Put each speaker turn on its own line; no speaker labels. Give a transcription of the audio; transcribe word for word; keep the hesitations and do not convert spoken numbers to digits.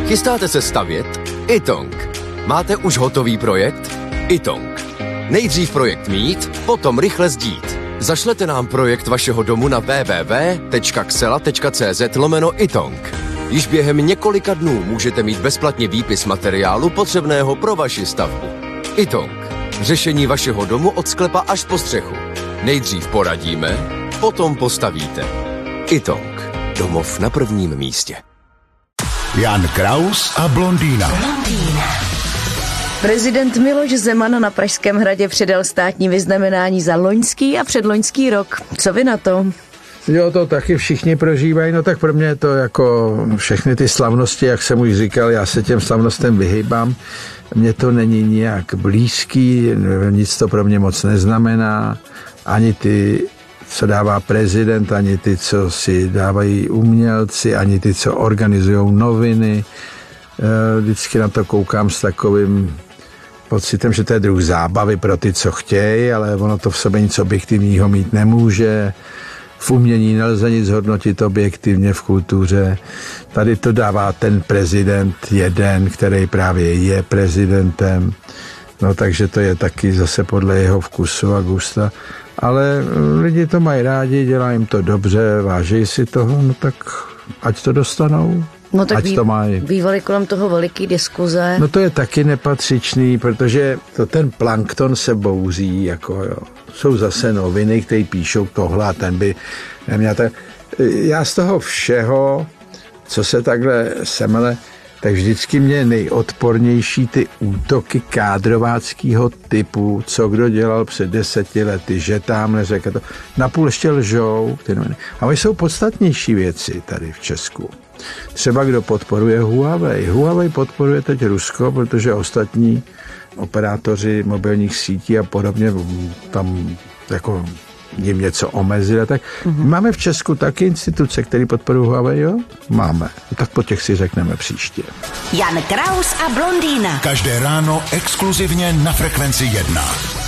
Chystáte se stavět? Itong. Máte už hotový projekt? Itong. Nejdřív projekt mít, potom rychle sdít. Zašlete nám projekt vašeho domu na w w w tečka xela tečka c z lomeno Itong. Již během několika dnů můžete mít bezplatně výpis materiálu potřebného pro vaši stavbu. Itong. Řešení vašeho domu od sklepa až po střechu. Nejdřív poradíme, potom postavíte. Itong. Domov na prvním místě.
Jan Kraus a blondýna. blondýna.
Prezident Miloš Zeman na Pražském hradě předal státní vyznamenání za loňský a předloňský rok. Co vy na to?
Jo, to taky všichni prožívají, no tak pro mě je to jako všechny ty slavnosti, jak jsem už říkal, já se těm slavnostem vyhýbám. Mně to není nijak blízký, nic to pro mě moc neznamená, ani ty, co dává prezident, ani ty, co si dávají umělci, ani ty, co organizují noviny. Vždycky na to koukám s takovým pocitem, že to je druh zábavy pro ty, co chtějí, ale ono to v sobě nic objektivního mít nemůže. V umění nelze nic hodnotit objektivně, v kultuře. Tady to dává ten prezident jeden, který právě je prezidentem. No takže to je taky zase podle jeho vkusu a gusta. Ale lidi to mají rádi, dělají jim to dobře, váží si toho, no tak ať to dostanou.
No tak
ať
bý,
to mají.
Bývaly kolem toho veliký diskuze.
No to je taky nepatřičný, protože to ten plankton se bouří, jako jo. Jsou zase noviny, které píšou tohle a ten by neměl ten... Já z toho všeho, co se takhle semele, tak vždycky mě nejodpornější ty útoky kádrováckého typu, co kdo dělal před deseti lety, že tamhle řekl to. Napůl ještě lžou. Ty noviny. A jsou podstatnější věci tady v Česku. Třeba kdo podporuje Huawei. Huawei podporuje teď Rusko, protože ostatní operátoři mobilních sítí a podobně tam jako jim něco omezili. Tak mm-hmm. Máme v Česku taky instituce, které podporují Huawei, jo? Máme. Tak po těch si řekneme příště.
Jan Kraus a blondýna. Každé ráno exkluzivně na Frekvenci jedna.